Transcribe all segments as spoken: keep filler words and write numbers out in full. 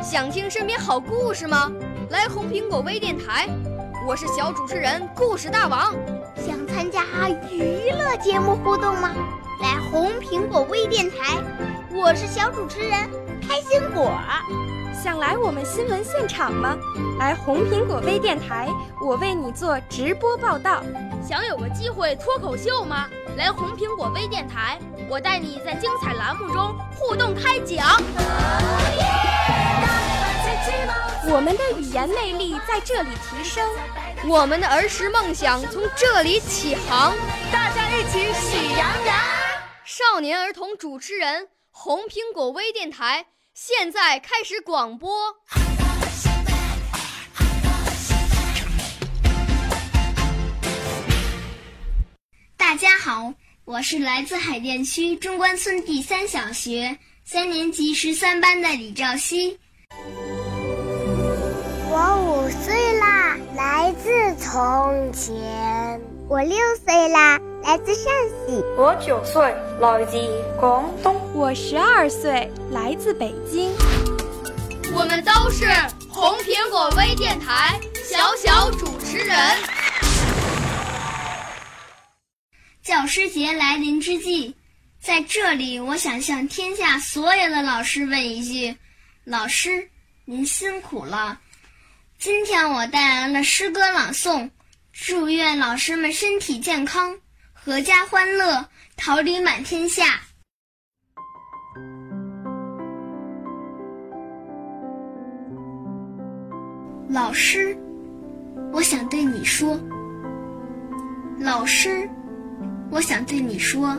想听身边好故事吗？来红苹果微电台，我是小主持人故事大王。 想参加娱乐节目互动吗？来红苹果微电台，我是小主持人开心果。 想来我们新闻现场吗？来红苹果微电台，我为你做直播报道。 想有个机会脱口秀吗？来红苹果微电台，我带你在精彩栏目中互动开讲。 我们的语言魅力在这里提升， 我们的儿时梦想从这里起航。 大家一起喜羊羊。 少年儿童主持人，红苹果微电台现在开始广播。 大家好，我是来自海淀区中关村第三小学三年级十三班的李兆熙。 我五岁啦，来自从前。我六岁啦，来自陕西。 我九岁，来自广东。 我十二岁，来自北京。 我们都是红苹果微电台小小主持人。 教师节来临之际，在这里我想向天下所有的老师问一句：老师，您辛苦了。今天我带来了诗歌朗诵，祝愿老师们身体健康，阖家欢乐，桃李满天下。老师，我想对你说。老师，我想对你说，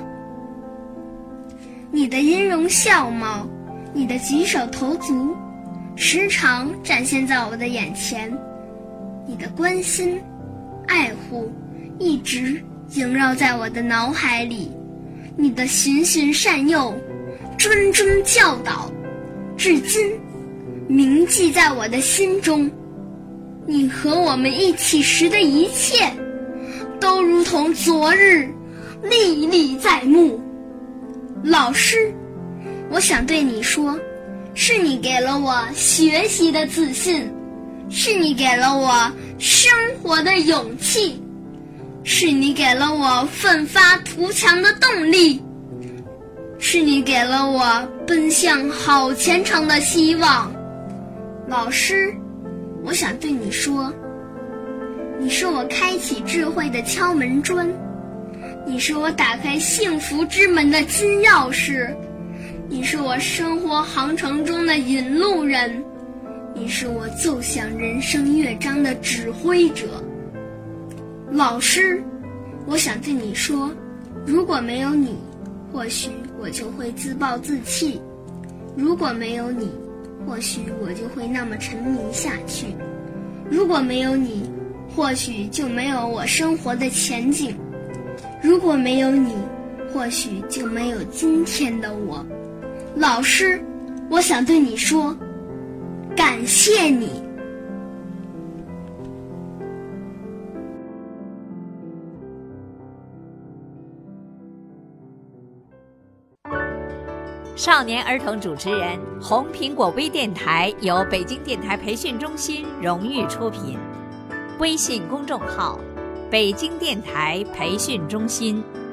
你的音容笑貌，你的举手投足，时常展现在我的眼前，你的关心、爱护一直萦绕在我的脑海里，你的循循善诱、谆谆教导，至今铭记在我的心中。你和我们一起时的一切，都如同昨日，历历在目。老师，我想对你说，是你给了我学习的自信，是你给了我生活的勇气，是你给了我奋发图强的动力，是你给了我奔向好前程的希望。老师，我想对你说，你是我开启智慧的敲门砖，你是我打开幸福之门的金钥匙，你是我生活航程中的引路人，你是我奏响人生乐章的指挥者。老师，我想对你说，如果没有你，或许我就会自暴自弃，如果没有你，或许我就会那么沉迷下去，如果没有你，或许就没有我生活的前景，如果没有你，或许就没有今天的我。老师，我想对你说，感谢你。 少年儿童主持人，红苹果微电台由北京电台培训中心荣誉出品，微信公众号：北京电台培训中心。